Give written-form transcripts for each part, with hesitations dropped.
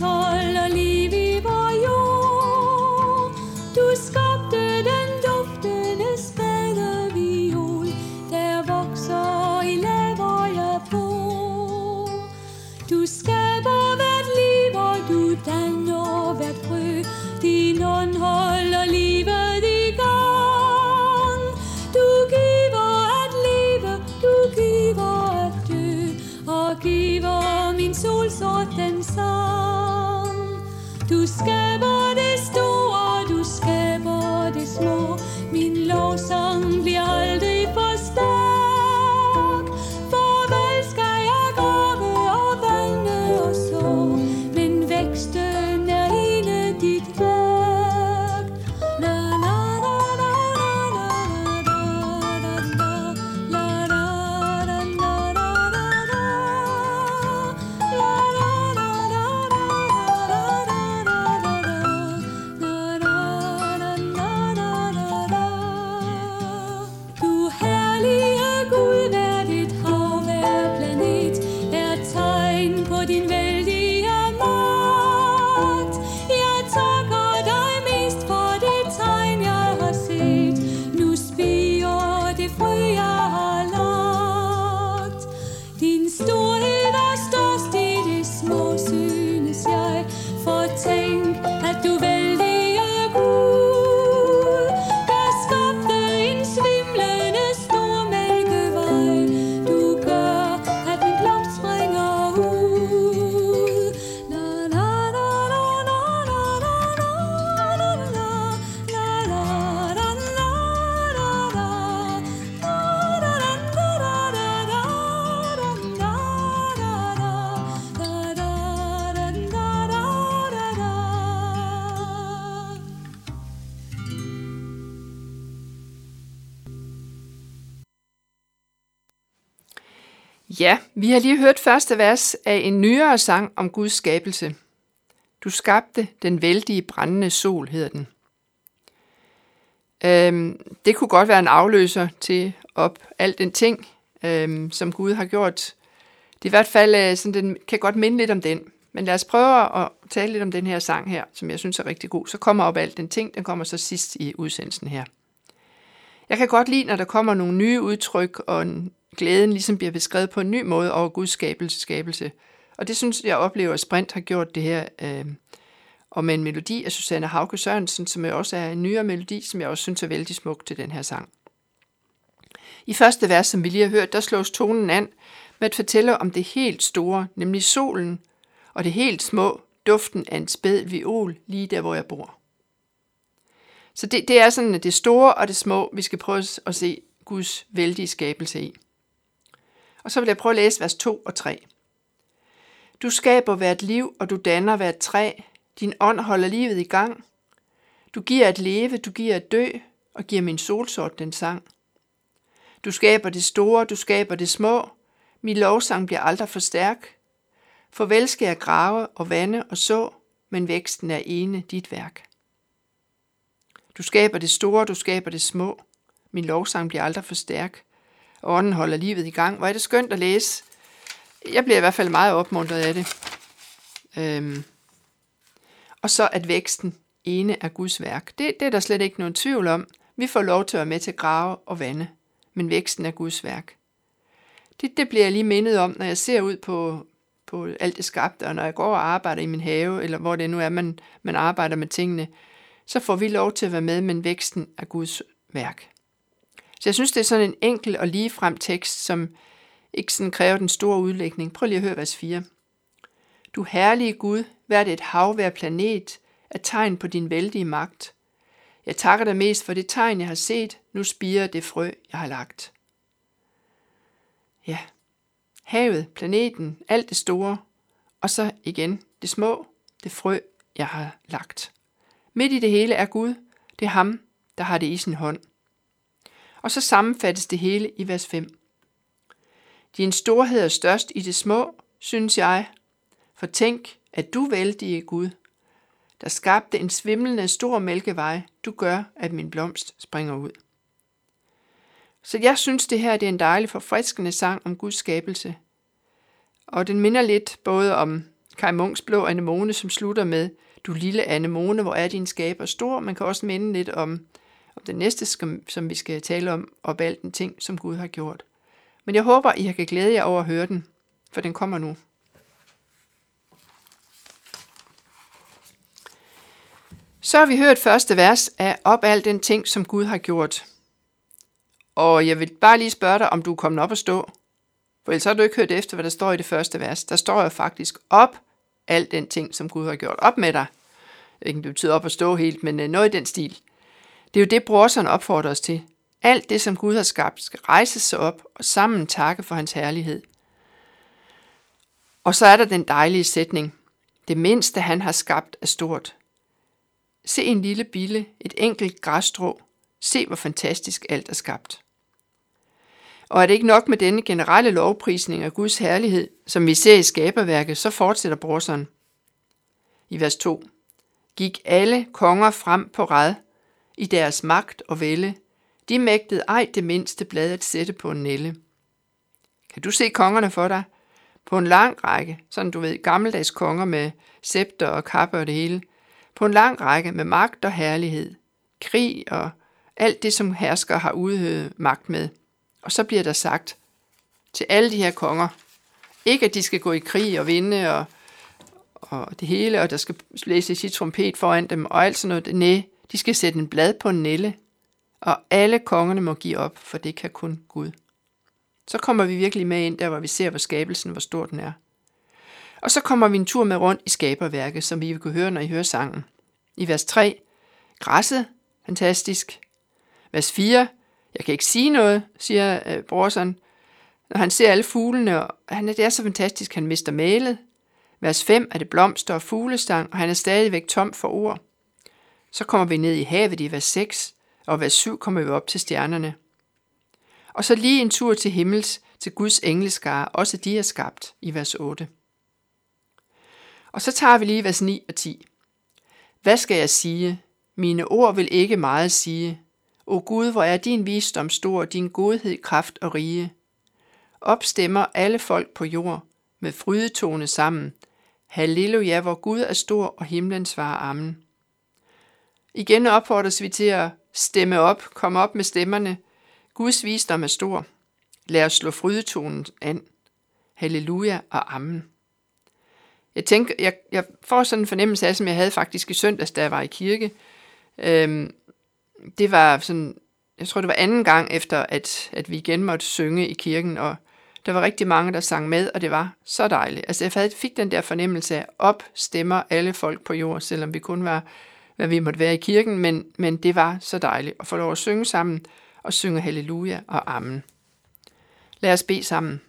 holder liv i vor jord. Du skabte den duftende spæde viol, der vokser i lag, hvor jeg bor. Du skaber hvert liv, og du danner hvert frø. Din ånd holder livet i gang. Du giver at leve, du giver at dø, og giver min sol sådan sang. Du skaber det store, du skaber det små. Min lovsang bliver aldrig for stærk. Farvel skal jeg grave og vande og så, men væksten er hele dit værk. La la la la la la la la la la Du herlige Gud, hvert et hav, hver planet er tegn på din vældige magt. Jeg takker dig mest for det tegn, jeg har set. Nu spirer det frø, jeg har lagt. Din storhed er størst i det små, synes jeg. For tænk, at du vældige Gud, der skabte en svimlende stor mælkevej. Du gør, at min blomst springer ud. La la la la la la la la la Ja, vi har lige hørt første vers af en nyere sang om Guds skabelse. Du skabte den vældige brændende sol, hedder den. Det kunne godt være en afløser til alt den ting, som Gud har gjort. Det er i hvert fald, sådan, den kan godt minde lidt om den. Men lad os prøve at tale lidt om den her sang her, som jeg synes er rigtig god. Så kommer op alt den ting, den kommer så sidst i udsendelsen her. Jeg kan godt lide, når der kommer nogle nye udtryk, og glæden ligesom bliver beskrevet på en ny måde over Guds skabelse. Og det synes jeg oplever, at Sprint har gjort det her, og med en melodi af Susanne Hauge Sørensen, som også er en nyere melodi, som jeg også synes er vældig smuk til den her sang. I første vers, som vi lige har hørt, der slås tonen an med at fortælle om det helt store, nemlig solen, og det helt små, duften af en spæd viol, lige der, hvor jeg bor. Så det er sådan det store og det små, vi skal prøve at se Guds vældige skabelse i. Og så vil jeg prøve at læse vers 2 og 3. Du skaber hvert liv, og du danner hvert træ. Din ånd holder livet i gang. Du giver at leve, du giver at dø, og giver min solsort den sang. Du skaber det store, du skaber det små. Min lovsang bliver aldrig for stærk. Farvel skal jeg grave og vande og så, men væksten er ene dit værk. Du skaber det store, du skaber det små. Min lovsang bliver aldrig for stærk. Og ånden holder livet i gang. Hvor er det skønt at læse. Jeg bliver i hvert fald meget opmuntret af det. Og så at væksten ene er Guds værk. Det er der slet ikke nogen tvivl om. Vi får lov til at være med til at grave og vande. Men væksten er Guds værk. Det bliver jeg lige mindet om, når jeg ser ud på alt det skabte, og når jeg går og arbejder i min have, eller hvor det nu er, man arbejder med tingene, så får vi lov til at være med, men væksten er Guds værk. Så jeg synes, det er sådan en enkel og ligefrem tekst, som ikke sådan kræver den store udlægning. Prøv lige at høre vers 4. Du herlige Gud, hvert et hav, hver planet, er tegn på din vældige magt. Jeg takker dig mest for det tegn, jeg har set. Nu spirer det frø, jeg har lagt. Ja, havet, planeten, alt det store, og så igen det små, det frø, jeg har lagt. Midt i det hele er Gud, det er ham, der har det i sin hånd. Og så sammenfattes det hele i vers 5. Din storhed er størst i det små, synes jeg, for tænk, at du vældige Gud, der skabte en svimlende stor mælkevej, du gør, at min blomst springer ud. Så jeg synes, det her det er en dejlig, forfriskende sang om Guds skabelse. Og den minder lidt både om Kai Munks Blå Anemone, som slutter med, du lille anemone, hvor er din skaber stor. Man kan også minde lidt om det næste, som vi skal tale om alt den ting, som Gud har gjort. Men jeg håber, I kan glæde jer over at høre den, for den kommer nu. Så har vi hørt første vers af op al den ting, som Gud har gjort. Og jeg vil bare lige spørge dig, om du er kommet op at stå. For ellers har du ikke hørt efter, hvad der står i det første vers. Der står jo faktisk op al den ting, som Gud har gjort. Op med dig. Jeg ved ikke, det betyder op at stå helt, men noget i den stil. Det er jo det, Brorson opfordrer os til. Alt det, som Gud har skabt, skal rejses sig op og sammen takke for hans herlighed. Og så er der den dejlige sætning. Det mindste, han har skabt, er stort. Se en lille bille, et enkelt græsstrå. Se, hvor fantastisk alt er skabt. Og er det ikke nok med denne generelle lovprisning af Guds herlighed, som vi ser i skaberværket, så fortsætter Brorson. I vers 2. Gik alle konger frem på rad i deres magt og vælde. De mægtede ej det mindste blad at sætte på en nælle. Kan du se kongerne for dig? På en lang række, sådan du ved, gammeldags konger med scepter og kappe og det hele. På en lang række med magt og herlighed, krig og alt det, som hersker har udøvet magt med. Og så bliver der sagt til alle de her konger, ikke at de skal gå i krig og vinde og det hele, og der skal læses i trompet foran dem og alt sådan noget. Nej, de skal sætte en blad på en nælle, og alle kongerne må give op, for det kan kun Gud. Så kommer vi virkelig med ind der, hvor vi ser, hvor skabelsen, hvor stor den er. Og så kommer vi en tur med rundt i skaberværket, som vi vil kunne høre, når I hører sangen. I vers 3, græsset, fantastisk. Vers 4, jeg kan ikke sige noget, siger Brorson, når han ser alle fuglene, og det er så fantastisk, han mister mælet. Vers 5 er det blomster og fuglestang, og han er stadigvæk tom for ord. Så kommer vi ned i havet i vers 6, og vers 7 kommer vi op til stjernerne. Og så lige en tur til himmels, til Guds engleskare, også de er skabt i vers 8. Og så tager vi lige vers 9 og 10. Hvad skal jeg sige? Mine ord vil ikke meget sige. O Gud, hvor er din visdom stor, din godhed, kraft og rige. Opstemmer alle folk på jord med frydetone sammen. Halleluja, hvor Gud er stor, og himlen svarer amen. Igen opfordres vi til at stemme op, komme op med stemmerne. Guds visdom er stor. Lad os slå frydetonen an. Halleluja og amen. Jeg tænker, jeg får sådan en fornemmelse af, som jeg havde faktisk i søndags, da jeg var i kirke. Det var sådan, jeg tror det var anden gang efter, at vi igen måtte synge i kirken, og der var rigtig mange, der sang med, og det var så dejligt. Altså jeg fik den der fornemmelse af, op stemmer alle folk på jord, selvom vi kun var, hvad vi måtte være i kirken, men det var så dejligt at få lov at synge sammen, og synge halleluja og amen. Lad os bede sammen.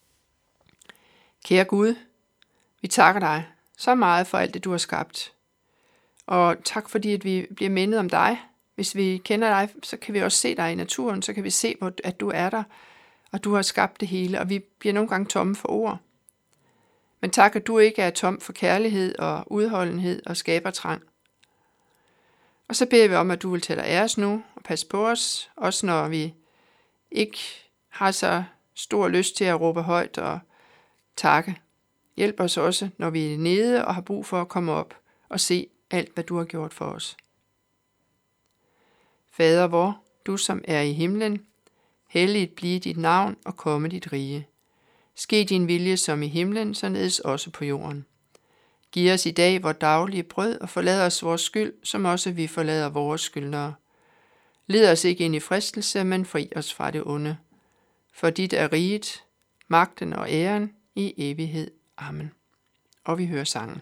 Kære Gud, vi takker dig så meget for alt det, du har skabt. Og tak fordi, at vi bliver mindet om dig. Hvis vi kender dig, så kan vi også se dig i naturen, så kan vi se, at du er der, og du har skabt det hele, og vi bliver nogle gange tomme for ord. Men tak, at du ikke er tom for kærlighed og udholdenhed og skabertrang. Og så beder vi om, at du vil tage dig af os nu og passe på os, også når vi ikke har så stor lyst til at råbe højt og takke. Hjælp os også, når vi er nede og har brug for at komme op og se alt, hvad du har gjort for os. Fader vor, du som er i himlen, helligt blive dit navn og komme dit rige. Ske din vilje som i himlen, således også på jorden. Giv os i dag vores daglige brød og forlad os vores skyld, som også vi forlader vores skyldnere. Led os ikke ind i fristelse, men fri os fra det onde. For dit er riget, magten og æren i evighed. Amen. Og vi hører sangen.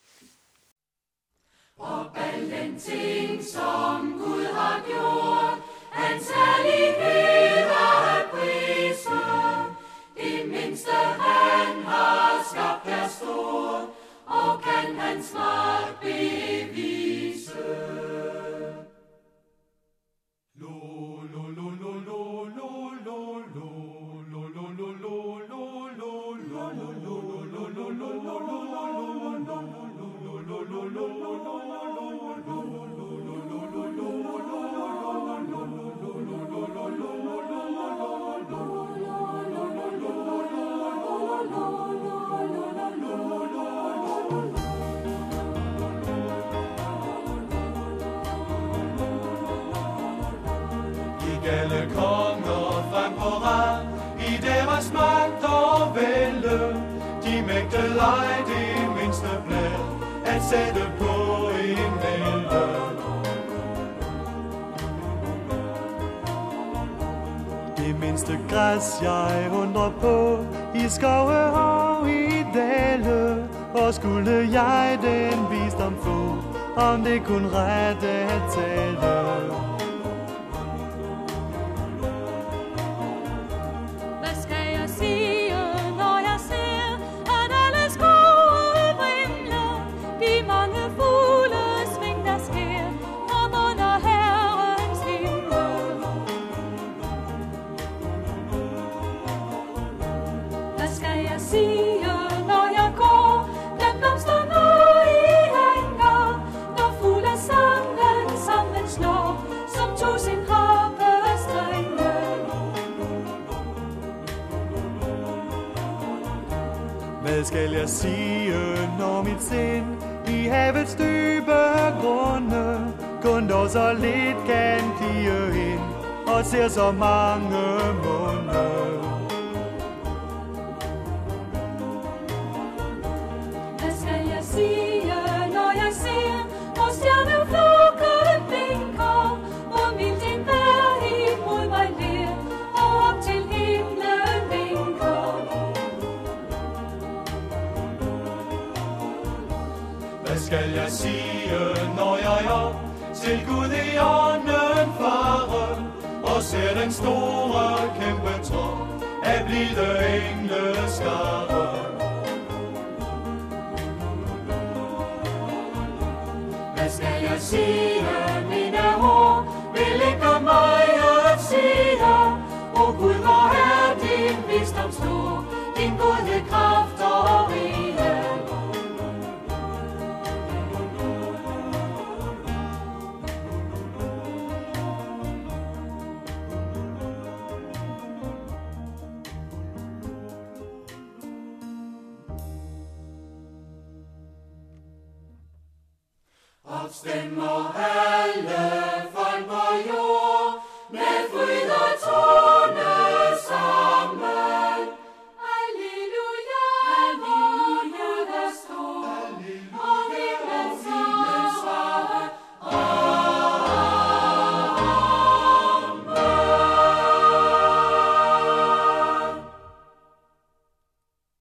Og al den ting, som Gud har gjort, hans herlighed er prise. Det mindste han har skabt er stor, og kan hans magt bevise. Alle konger frem på rad, i deres magt og vælde, de mægtede ej det mindste blad, at sætte på en mælde. Det mindste græs jeg undrer på, i skove og i dale, hvor skulle jeg den visdom få, om det kun rette at tale. Hvad skal jeg sige, når mit sind i havets dybe grunde kun dog så lidt kan kigge ind og ser så mange munde? Hvad skal jeg sige, når jeg ser, hvor stjerneflokken blinker, hvor mildt en vejr imod mig ler, og op til himlen vinker? Hvad skal jeg sige, når jeg op til Gud i ånden fare, og ser den store kæmpe trop af blide engleskare? Hvad skal jeg sige, mine ord vil ikke mig at sige? O Gud, hvor er din visdom stor, din godhed, kraft og rige. Opstemmer alle